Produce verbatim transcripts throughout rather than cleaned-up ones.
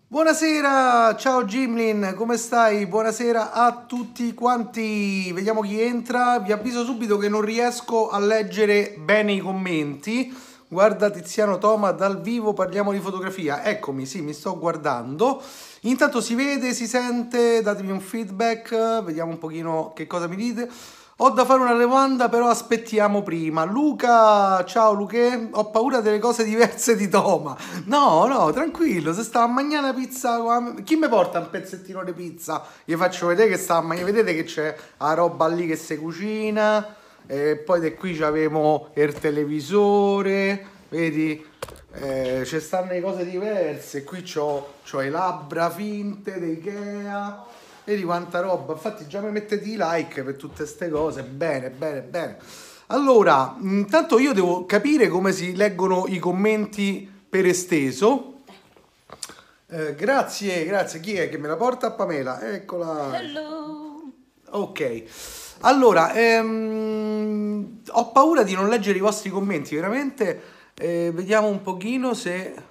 Buonasera, ciao Gimlin, come stai? Buonasera a tutti quanti. Vediamo chi entra. Vi avviso subito che non riesco a leggere bene i commenti. Guarda Tiziano Toma dal vivo, parliamo di fotografia. Eccomi, sì, mi sto guardando. Intanto si vede, si sente, datemi un feedback, vediamo un pochino che cosa mi dite. Ho da fare una domanda, però aspettiamo prima. Luca, ciao Luque, ho paura delle cose diverse di Toma. No, no, tranquillo, se stavo a mangiare una pizza, qua- chi mi porta un pezzettino di pizza? Gli faccio vedere che sta a mangiare, vedete che c'è la roba lì che si cucina, e poi di qui c'avevo il televisore, vedi? Eh, ci stanno le cose diverse, qui c'ho, c'ho le labbra finte di Ikea. Vedi quanta roba, infatti già mi mettete i like per tutte queste cose, bene, bene, bene. Allora, intanto io devo capire come si leggono i commenti per esteso. Eh, grazie, grazie, chi è che me la porta? Pamela, eccola. Hello. Ok, allora, ehm, ho paura di non leggere i vostri commenti, veramente, eh, vediamo un pochino se...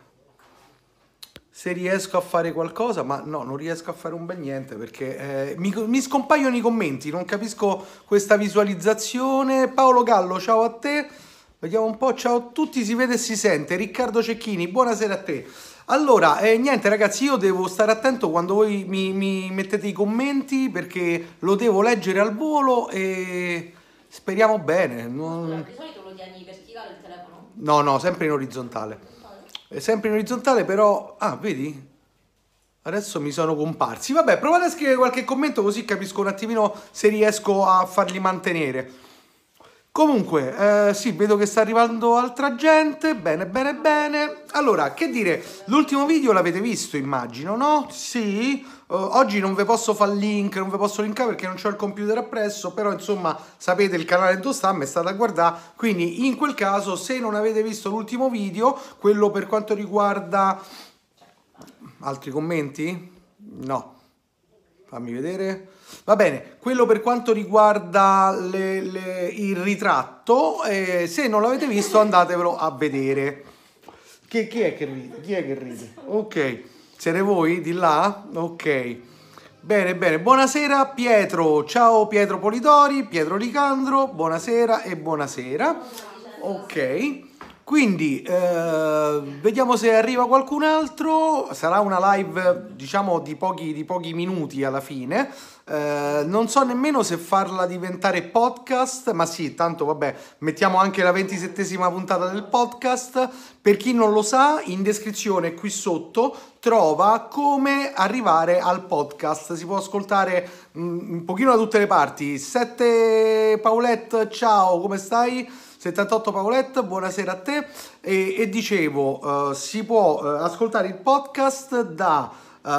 se riesco a fare qualcosa, ma no, non riesco a fare un bel niente perché eh, mi, mi scompaiono i commenti, non capisco questa visualizzazione. Paolo Gallo, ciao a te, vediamo un po', ciao a tutti, si vede e si sente. Riccardo Cecchini, buonasera a te. Allora, eh, niente ragazzi, io devo stare attento quando voi mi, mi mettete i commenti perché lo devo leggere al volo e speriamo bene. Non... Allora, di solito lo tieni verticale il telefono? No, no, sempre in orizzontale. È sempre in orizzontale, però... Ah, vedi? Adesso mi sono comparsi. Vabbè, provate a scrivere qualche commento così capisco un attimino se riesco a farli mantenere. Comunque, eh, sì, vedo che sta arrivando altra gente. Bene, bene, bene. Allora, che dire, l'ultimo video l'avete visto, immagino, no? Sì. Uh, oggi non vi posso fare il link, non vi posso linkare perché non c'ho il computer appresso, però insomma, sapete, il canale Dostam è stato a guardare, quindi in quel caso, se non avete visto l'ultimo video, quello per quanto riguarda... Altri commenti? No. Fammi vedere. Va bene, quello per quanto riguarda le- le- il ritratto, eh, se non l'avete visto andatevelo a vedere. Chi, chi è che ride? Chi è che ride? Ok, siete voi di là? Ok. Bene, bene. Buonasera Pietro. Ciao Pietro Polidori, Pietro Licandro. Buonasera e buonasera. Ok. Quindi eh, vediamo se arriva qualcun altro. Sarà una live, diciamo, di pochi, di pochi minuti alla fine. Eh, non so nemmeno se farla diventare podcast, ma sì, tanto vabbè, mettiamo anche la ventisettesima puntata del podcast. Per chi non lo sa, in descrizione qui sotto trova come arrivare al podcast. Si può ascoltare mh, un pochino da tutte le parti. sette Paulette, ciao, come stai? settantotto Paoletta, buonasera a te. E, e dicevo, uh, si può uh, ascoltare il podcast da,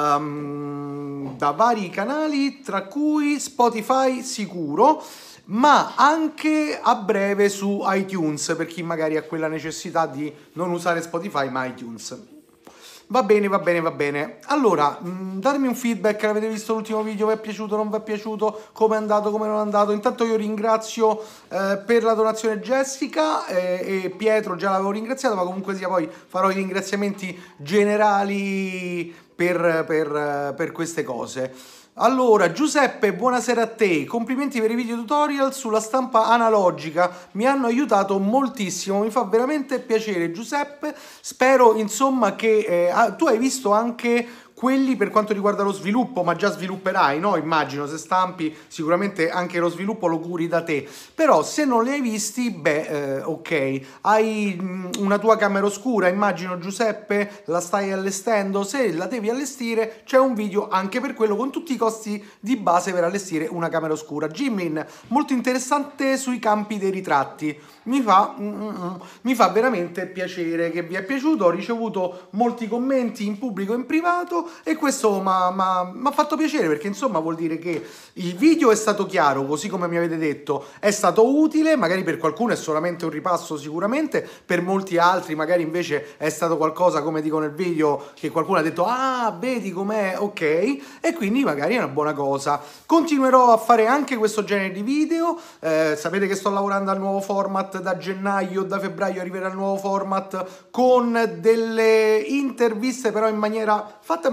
um, da vari canali, tra cui Spotify sicuro, ma anche a breve su iTunes, per chi magari ha quella necessità di non usare Spotify ma iTunes. Va bene, va bene, va bene. Allora, mh, datemi un feedback, l'avete visto l'ultimo video, vi è piaciuto, non vi è piaciuto, come è andato, come non è andato. Intanto io ringrazio eh, per la donazione Jessica eh, e Pietro, già l'avevo ringraziato, ma comunque sia poi farò i ringraziamenti generali per, per, per queste cose. Allora, Giuseppe, buonasera a te. Complimenti per i video tutorial sulla stampa analogica, mi hanno aiutato moltissimo, mi fa veramente piacere, Giuseppe. Spero, insomma, che eh, ah, tu hai visto anche quelli per quanto riguarda lo sviluppo, ma già svilupperai, no? Immagino, se stampi sicuramente anche lo sviluppo lo curi da te. Però se non li hai visti, beh, eh, ok. Hai mh, una tua camera oscura, immagino, Giuseppe, la stai allestendo. Se la devi allestire, c'è un video anche per quello con tutti i costi di base per allestire una camera oscura. Jimin, molto interessante sui campi dei ritratti. Mi fa, mm, mm, mi fa veramente piacere che vi è piaciuto. Ho ricevuto molti commenti in pubblico e in privato e questo mi ha fatto piacere perché insomma vuol dire che il video è stato chiaro, così come mi avete detto, è stato utile, magari per qualcuno è solamente un ripasso sicuramente, per molti altri magari invece è stato qualcosa, come dico nel video, che qualcuno ha detto ah vedi com'è, ok, e quindi magari è una buona cosa. Continuerò a fare anche questo genere di video, eh, sapete che sto lavorando al nuovo format da gennaio, da febbraio arriverà il nuovo format con delle interviste però in maniera fatta in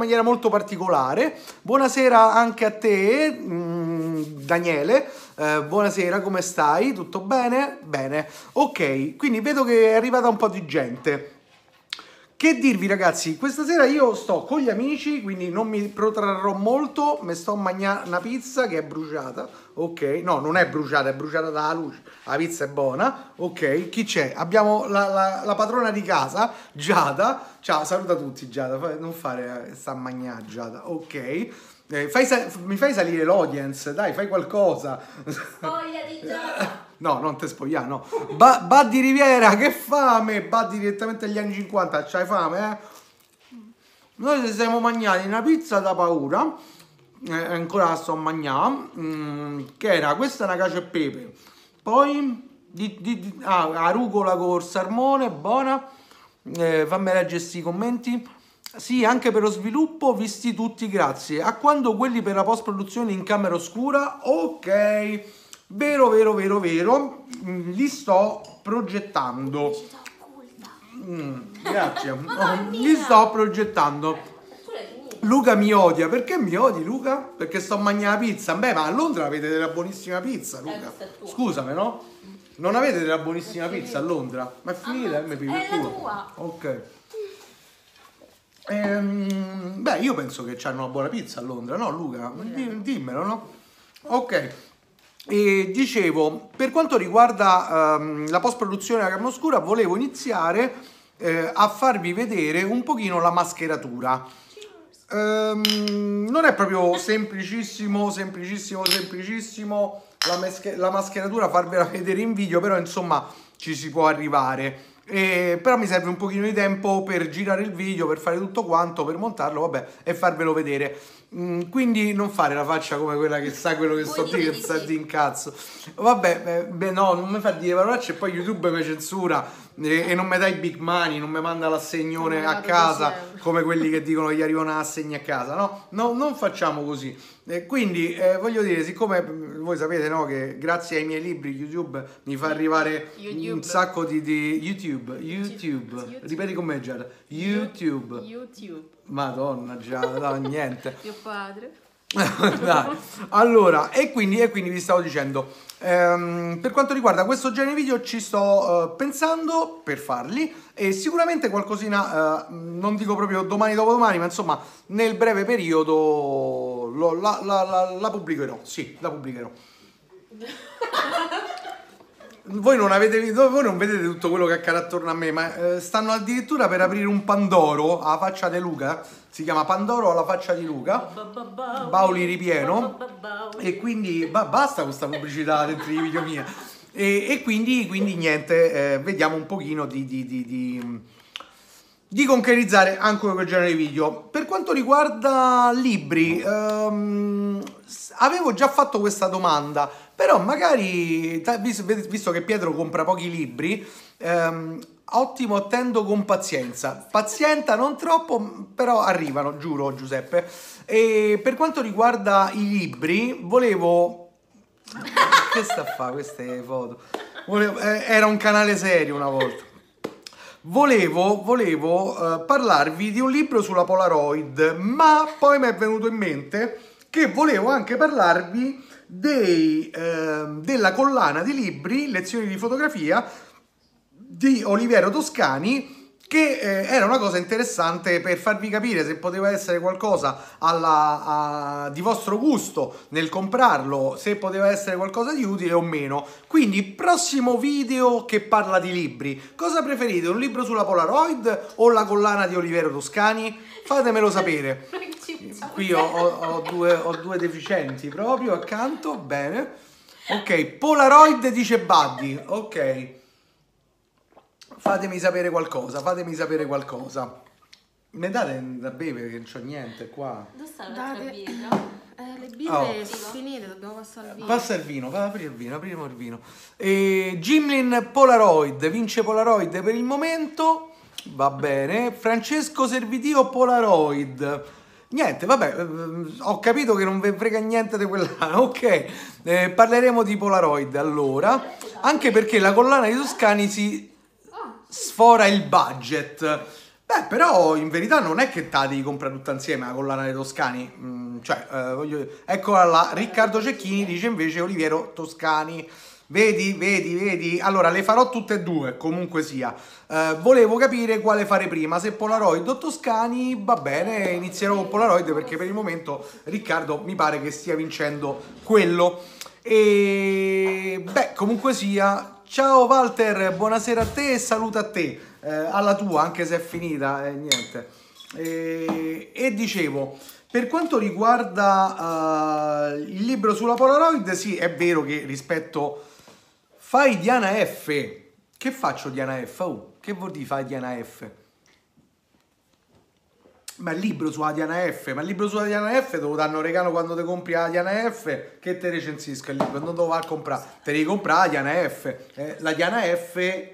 maniera molto particolare. Buonasera anche a te, mm, Daniele. Eh, buonasera, come stai? Tutto bene? Bene. Ok, quindi vedo che è arrivata un po' di gente. Che dirvi ragazzi, questa sera io sto con gli amici, quindi non mi protrarrò molto, mi sto a mangiare una pizza che è bruciata, ok? No, non è bruciata, è bruciata dalla luce, la pizza è buona, ok? Chi c'è? Abbiamo la, la, la padrona di casa, Giada, ciao, saluta tutti Giada, fai, non fare, sta a mangiare Giada, ok? Eh, fai mi fai salire l'audience, dai, fai qualcosa. Spogliati già. No, non te spogliare, no. Ba Buddy Riviera, che fame! Buddy direttamente agli anni cinquanta, c'hai fame, eh? Noi ci siamo mangiati una pizza da paura, eh, ancora la sto a mangiare, mm, che era, questa è una cacio e pepe, poi di, di, di, ah, la rucola con salmone, buona, eh, fammi leggere questi commenti. Sì, anche per lo sviluppo, visti tutti, grazie. A quando quelli per la post-produzione in camera oscura? Ok, vero, vero, vero, vero. Mm, li sto progettando. Mm, grazie. Oh, li sto progettando. Luca mi odia. Perché mi odi, Luca? Perché sto mangiando la pizza. Beh, ma a Londra avete della buonissima pizza, Luca. Scusami, no? Non avete della buonissima pizza a Londra? Ma è finita, M P. È la tua. Ok. Ehm, beh, io penso che c'hanno una buona pizza a Londra, no Luca? Di- Dimmelo, no? Ok. E dicevo, per quanto riguarda ehm, la post-produzione della Camera Oscura, volevo iniziare eh, a farvi vedere un pochino la mascheratura. Ehm, non è proprio semplicissimo, semplicissimo, semplicissimo la, la mascheratura, farvela vedere in video, però insomma ci si può arrivare. Eh, però mi serve un pochino di tempo per girare il video, per fare tutto quanto, per montarlo, vabbè, e farvelo vedere. Mm, quindi non fare la faccia come quella che sa quello che sto a dire, che sta di incazzo. Vabbè, eh, beh, no, non mi fa dire parolacce e poi YouTube mi censura eh, e non mi dà i big money, non mi manda l'assegnone a casa come quelli che dicono che gli arrivano assegni a casa, no? No, non facciamo così. Eh, quindi eh, voglio dire, siccome voi sapete, no, che grazie ai miei libri YouTube mi fa arrivare YouTube. un sacco di, di YouTube, YouTube, YouTube. ripeti con me Giada, YouTube, YouTube. Madonna Giada, no, niente. Mio padre. Dai. Allora, e quindi, e quindi vi stavo dicendo, ehm, per quanto riguarda questo genere di video ci sto eh, pensando per farli e sicuramente qualcosina, eh, non dico proprio domani dopodomani, ma insomma nel breve periodo lo- la, la- la- la pubblicherò, sì, la pubblicherò. Voi non avete voi non vedete tutto quello che accade attorno a me, ma eh, stanno addirittura per aprire un Pandoro alla faccia di Luca, si chiama Pandoro alla faccia di Luca, Bauli ripieno, e quindi ba- basta questa pubblicità dentro i video mia. E, e quindi, quindi niente, eh, vediamo un pochino di, di, di, di, di concretizzare anche quel genere di video. Per quanto riguarda libri, ehm, avevo già fatto questa domanda, però magari, visto che Pietro compra pochi libri, ehm, ottimo, attendo con pazienza. Pazienta non troppo, però arrivano, giuro Giuseppe. E per quanto riguarda i libri, volevo... Che sta a fare queste foto? Volevo... eh, era un canale serio una volta. Volevo, volevo uh, parlarvi di un libro sulla Polaroid, ma poi mi è venuto in mente che volevo anche parlarvi dei, eh, della collana di libri, lezioni di fotografia di Oliviero Toscani, che eh, era una cosa interessante per farvi capire se poteva essere qualcosa alla, a, di vostro gusto nel comprarlo, se poteva essere qualcosa di utile o meno. Quindi prossimo video che parla di libri, cosa preferite, un libro sulla Polaroid o la collana di Oliviero Toscani? Fatemelo sapere. Qui ho, ho, ho, due, ho due deficienti proprio accanto, bene. Ok, Polaroid dice Buddy, ok. Fatemi sapere qualcosa, fatemi sapere qualcosa. Mi date da bere che non c'ho niente qua? Dove sta la Date- birra? Eh, le birre Oh. sono finite, dobbiamo passare al vino. Passa il vino, va, apri il vino, apriamo il vino. E Gimlin Polaroid, vince Polaroid per il momento, va bene. Francesco Servitio Polaroid. Niente, vabbè, ehm, ho capito che non ve frega niente di quella, ok. Eh, parleremo di Polaroid allora, anche perché la collana di Toscani si sfora il budget. Beh, però in verità non è che te la devi comprare tutta insieme la collana dei Toscani. Mm, cioè, eh, voglio... eccola là, Riccardo Cecchini dice invece Oliviero Toscani. Vedi, vedi, vedi. Allora, le farò tutte e due, comunque sia. Eh, volevo capire quale fare prima, se Polaroid o Toscani. Va bene, inizierò con Polaroid perché per il momento Riccardo mi pare che stia vincendo quello. E beh, comunque sia, ciao Walter, buonasera a te e saluta a te, eh, alla tua, anche se è finita, eh, niente. E, e dicevo, per quanto riguarda uh, il libro sulla Polaroid, sì, è vero che rispetto... Fai Diana F. Che faccio Diana F? Oh, che vuol dire fai Diana F? Ma il libro sulla Diana F, ma il libro sulla Diana F te lo danno regalo quando te compri la Diana F, che te recensisca il libro, non te lo va a comprare, te devi comprare la Diana F. Eh, la Diana F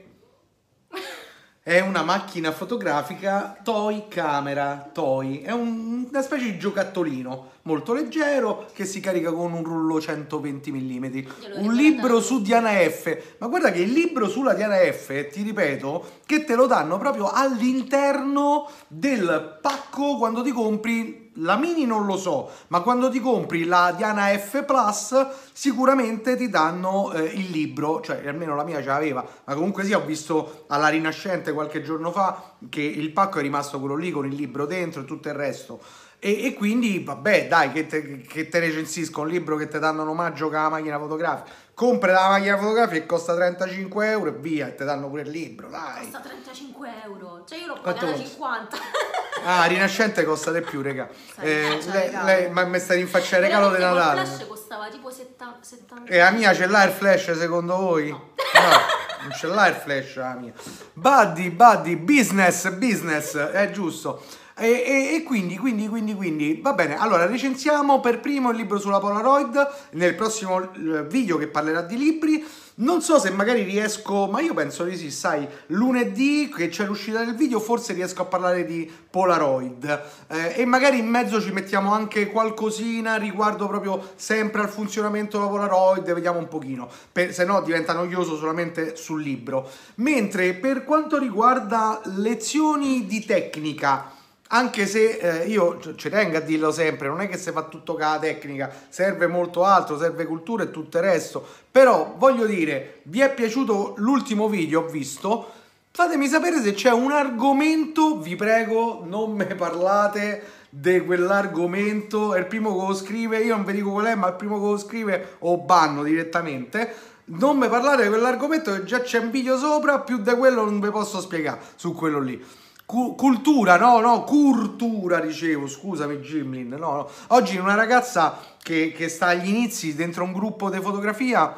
è una macchina fotografica toy camera, toy, è un, una specie di giocattolino molto leggero che si carica con un rullo centoventi millimetri. Un libro su Diana F, ma guarda che il libro sulla Diana F, ti ripeto, che te lo danno proprio all'interno del pacco quando ti compri la mini, non lo so, ma quando ti compri la Diana F Plus sicuramente ti danno eh, il libro, cioè almeno la mia ce l'aveva, ma comunque sì, ho visto alla Rinascente qualche giorno fa che il pacco è rimasto quello lì con il libro dentro e tutto il resto. E, e quindi vabbè, dai, che te, che te recensisco un libro che ti danno un omaggio con la macchina fotografica. Compri la macchina fotografica che costa trentacinque euro e via, e ti danno pure il libro, dai. Costa trentacinque euro, cioè io l'ho Quanto pagata costa? cinquanta. Ah, Rinascente costa di più, raga. Sai, Eh, eh, c'ha lei, regalo. lei, ma mi stai rinfacciando il regalo di Veramente col Natale. flash costava tipo settanta, settanta. E la mia ce l'ha il flash secondo voi? No. No, non ce l'ha il flash la mia. Buddy, buddy, business, business, è giusto. E, e, e quindi, quindi, quindi, quindi, va bene. Allora, recensiamo per primo il libro sulla Polaroid nel prossimo video che parlerà di libri. Non so se magari riesco, ma io penso di sì, sai, lunedì che c'è l'uscita del video forse riesco a parlare di Polaroid eh, e magari in mezzo ci mettiamo anche qualcosina riguardo proprio sempre al funzionamento della Polaroid, vediamo un pochino, per, se no diventa noioso solamente sul libro. Mentre per quanto riguarda lezioni di tecnica, anche se eh, io ci tengo a dirlo sempre, non è che si fa tutto con la tecnica, serve molto altro, serve cultura e tutto il resto, però voglio dire, vi è piaciuto l'ultimo video, ho visto, fatemi sapere se c'è un argomento, vi prego, non me parlate di quell'argomento, è il primo che lo scrive, io non vi dico qual è, ma il primo che lo scrive o banno direttamente. Non mi parlate di quell'argomento che già c'è un video sopra, più di quello non vi posso spiegare su quello lì. Cultura, no, no, cultura, dicevo, scusami Gimlin, no, no. Oggi una ragazza che, che sta agli inizi dentro un gruppo di fotografia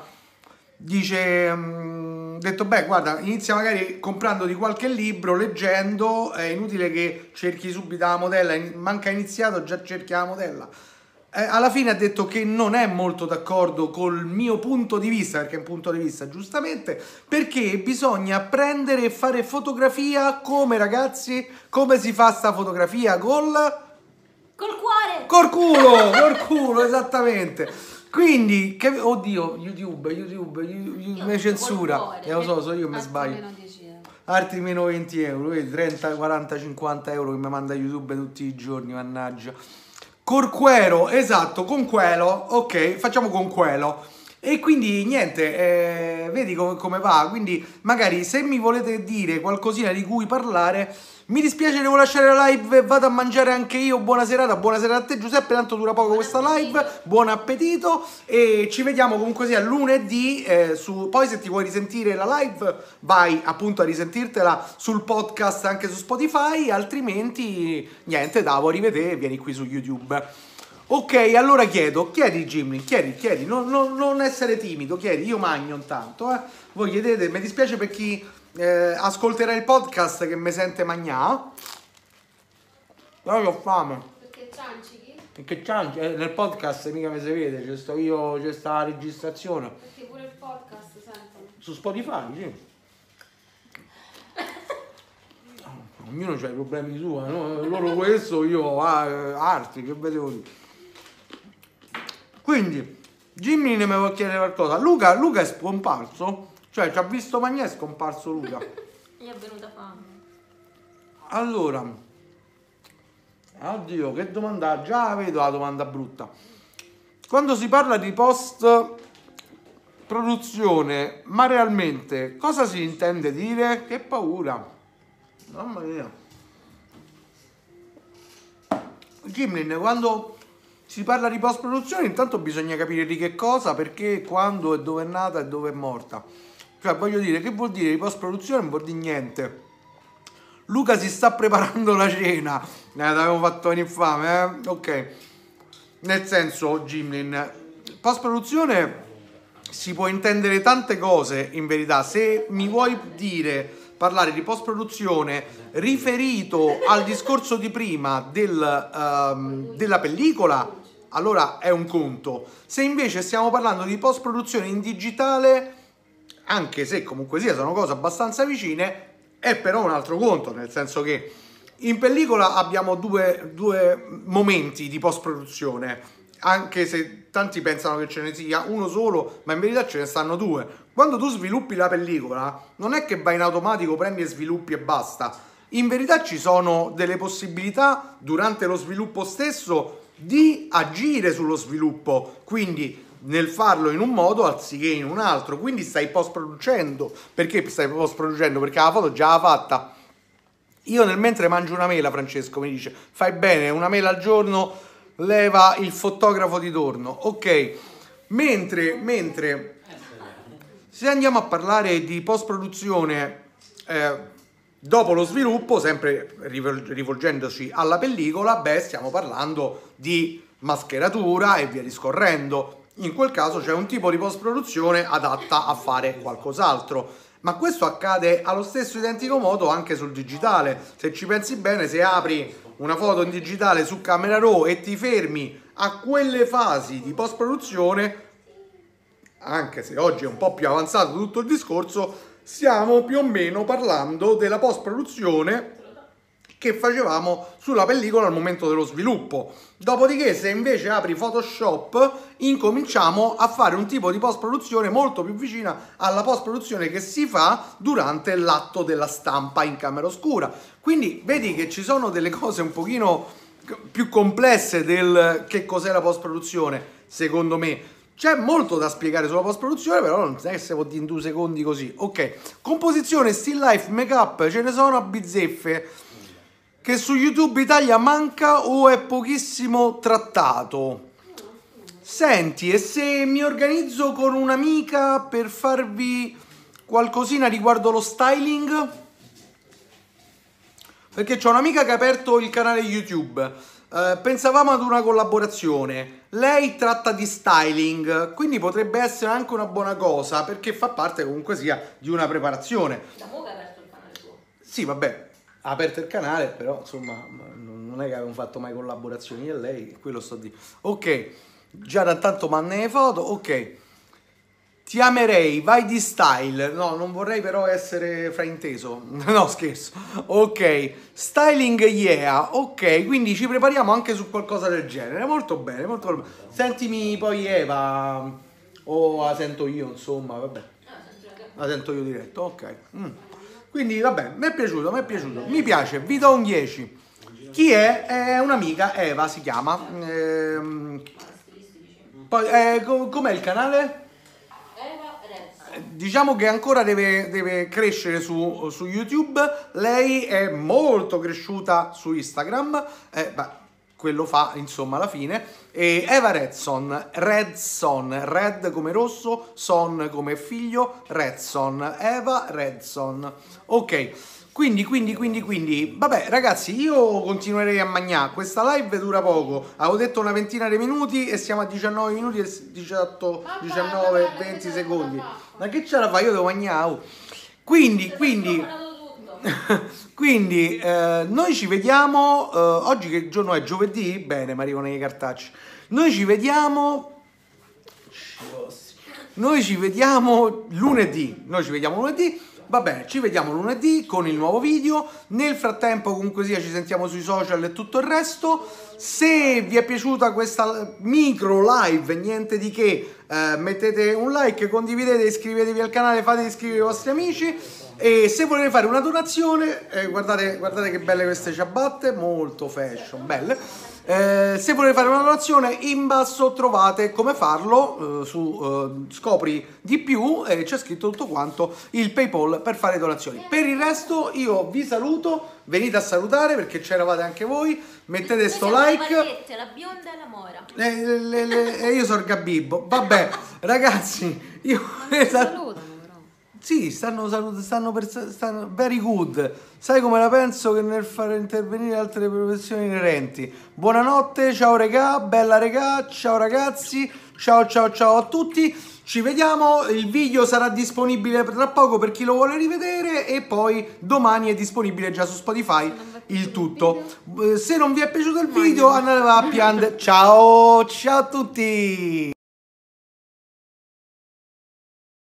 dice, um, detto, beh, guarda, inizia magari comprandoti qualche libro, leggendo, è inutile che cerchi subito la modella, manca iniziato, già cerchi la modella. Eh, alla fine ha detto che non è molto d'accordo col mio punto di vista, perché è un punto di vista giustamente, perché bisogna prendere e fare fotografia come, ragazzi, come si fa sta fotografia? Col... Col cuore! Col culo, col culo, esattamente. Quindi, che... oddio, YouTube, YouTube, YouTube mi censura. E lo so, so io mi sbaglio. Altri meno venti euro, vedi, trenta, quaranta, cinquanta euro che mi manda YouTube tutti i giorni, mannaggia. Corquero, esatto, conquelo, ok, facciamo conquelo. E quindi niente, eh, vedi come, come va, quindi magari se mi volete dire qualcosina di cui parlare, mi dispiace, devo lasciare la live e vado a mangiare anche io, buona serata, buona serata a te Giuseppe, tanto dura poco questa live, buon appetito e ci vediamo comunque sia lunedì, eh, su, poi se ti vuoi risentire la live vai appunto a risentirtela sul podcast anche su Spotify, altrimenti niente, Davo, rivedere, vieni qui su YouTube. Ok, allora chiedo, chiedi Jimmy, chiedi, chiedi, non, non, non essere timido, chiedi, io magno intanto, eh. Voi chiedete, mi dispiace per chi eh, ascolterà il podcast che mi sente magnà, però io ho fame. Perché ciancichi? Perché c'è, eh, nel podcast mica mi si vede, c'è sto io, c'è sta la registrazione. Perché pure il podcast sentono. Su Spotify, sì. Ognuno ha i problemi suoi, no? Loro questo, io ah, altri, che vedevo dire. Quindi, Jimmy ne mi vuole chiedere qualcosa. Luca, Luca è scomparso? Cioè, ci ha visto Magnè, è scomparso Luca. Gli è venuta fame. Allora, oddio, che domanda, già vedo la domanda brutta. Quando si parla di post produzione, ma realmente cosa si intende dire? Che paura, mamma mia. Gimlin, quando si parla di post produzione intanto bisogna capire di che cosa, perché, quando e dove è nata e dove è morta. Cioè, voglio dire, che vuol dire di post produzione? Non vuol dire niente. Luca si sta preparando la cena. Eh, l'avevo fatto venire fame, eh? Ok. Nel senso, Gimlin, post produzione si può intendere tante cose, in verità. Se mi vuoi dire, parlare di post produzione riferito al discorso di prima del, um, della pellicola, allora è un conto. Se invece stiamo parlando di post produzione in digitale, anche se comunque sia sono cose abbastanza vicine, è però un altro conto, nel senso che in pellicola abbiamo due, due momenti di post produzione, anche se tanti pensano che ce ne sia uno solo, ma in verità ce ne stanno due. Quando tu sviluppi la pellicola non è che vai in automatico, prendi e sviluppi e basta. In verità ci sono delle possibilità durante lo sviluppo stesso di agire sullo sviluppo, quindi nel farlo in un modo anziché in un altro, quindi stai post producendo. Perché stai post producendo? Perché la foto già l'ha fatta. Io nel mentre mangio una mela, Francesco mi dice fai bene, una mela al giorno leva il fotografo di torno. Ok, mentre, mentre se andiamo a parlare di post produzione eh, dopo lo sviluppo, sempre rivolgendoci alla pellicola, beh, stiamo parlando di mascheratura e via discorrendo. In quel caso c'è un tipo di post produzione adatta a fare qualcos'altro, ma questo accade allo stesso identico modo anche sul digitale. Se ci pensi bene, se apri una foto in digitale su Camera Raw e ti fermi a quelle fasi di post produzione, anche se oggi è un po' più avanzato tutto il discorso, stiamo più o meno parlando della post produzione che facevamo sulla pellicola al momento dello sviluppo. Dopodiché, se invece apri Photoshop, incominciamo a fare un tipo di post produzione molto più vicina alla post produzione che si fa durante l'atto della stampa in camera oscura. Quindi vedi che ci sono delle cose un pochino più complesse del che cos'è la post produzione, secondo me. C'è molto da spiegare sulla post produzione, però non è che se può dire in due secondi così. Ok, composizione, still life, make up, ce ne sono a bizzeffe. Che su YouTube Italia manca o è pochissimo trattato? Senti, e se mi organizzo con un'amica per farvi qualcosina riguardo lo styling? Perché c'ho un'amica che ha aperto il canale YouTube, eh, pensavamo ad una collaborazione, lei tratta di styling, quindi potrebbe essere anche una buona cosa, perché fa parte comunque sia di una preparazione. Da mo' che ha aperto il canale tuo. Sì, vabbè. Ha aperto il canale, però insomma non è che avevamo fatto mai collaborazioni io e lei, quello sto di. Ok, già da tanto manne le foto, ok. Ti amerei, vai di style. No, non vorrei però essere frainteso. No, scherzo. Ok, styling yeah, ok, quindi ci prepariamo anche su qualcosa del genere. Molto bene, molto bene. Sentimi poi Eva, o la sento io, insomma, vabbè. La sento io diretto, ok. Mm. Quindi vabbè, mi è piaciuto, mi è piaciuto, mi piace, vi do un dieci. Chi è? È un'amica, Eva si chiama. Ehm, poi, eh, com- com'è il canale? Eva Rez. Diciamo che ancora deve, deve crescere su, su YouTube. Lei è molto cresciuta su Instagram. Eh, beh, quello fa insomma alla fine. E Eva Redson, Redson, Red come rosso, Son come figlio, Redson, Eva Redson. Ok, quindi, quindi, quindi, quindi, vabbè ragazzi, io continuerei a mangiare, questa live dura poco, avevo detto una ventina di minuti e siamo a diciannove minuti e diciotto, diciannove, venti secondi. Ma che ce la fa? Io devo mangiare. Quindi, quindi... Quindi eh, noi ci vediamo eh, oggi che giorno è? Giovedì? Bene, mi arrivano i cartacci. Noi ci vediamo Noi ci vediamo lunedì Noi ci vediamo lunedì Va bene, ci vediamo lunedì con il nuovo video. Nel frattempo comunque sia ci sentiamo sui social e tutto il resto. Se vi è piaciuta questa micro live, niente di che, eh, mettete un like, condividete, iscrivetevi al canale, fate iscrivere i vostri amici. E se volete fare una donazione, eh, guardate, guardate che belle queste ciabatte, molto fashion, belle. Eh, se volete fare una donazione, in basso trovate come farlo, eh, su eh, scopri di più e c'è scritto tutto quanto il PayPal per fare donazioni. Per il resto io vi saluto, venite a salutare perché c'eravate anche voi, mettete sto like. Mariette, la bionda e la mora. E le, le, le, e io sono Gabibbo. Vabbè, ragazzi, io Salutano però. sì, stanno, salut- stanno, per, stanno very good. Sai come la penso che nel fare intervenire altre professioni inerenti. Buonanotte, ciao regà, bella regà, ciao ragazzi, ciao ciao ciao a tutti. Ci vediamo, il video sarà disponibile tra poco per chi lo vuole rivedere e poi domani è disponibile già su Spotify il tutto. Eh, Se non vi è piaciuto il video andate a piangere. Ciao, ciao a tutti.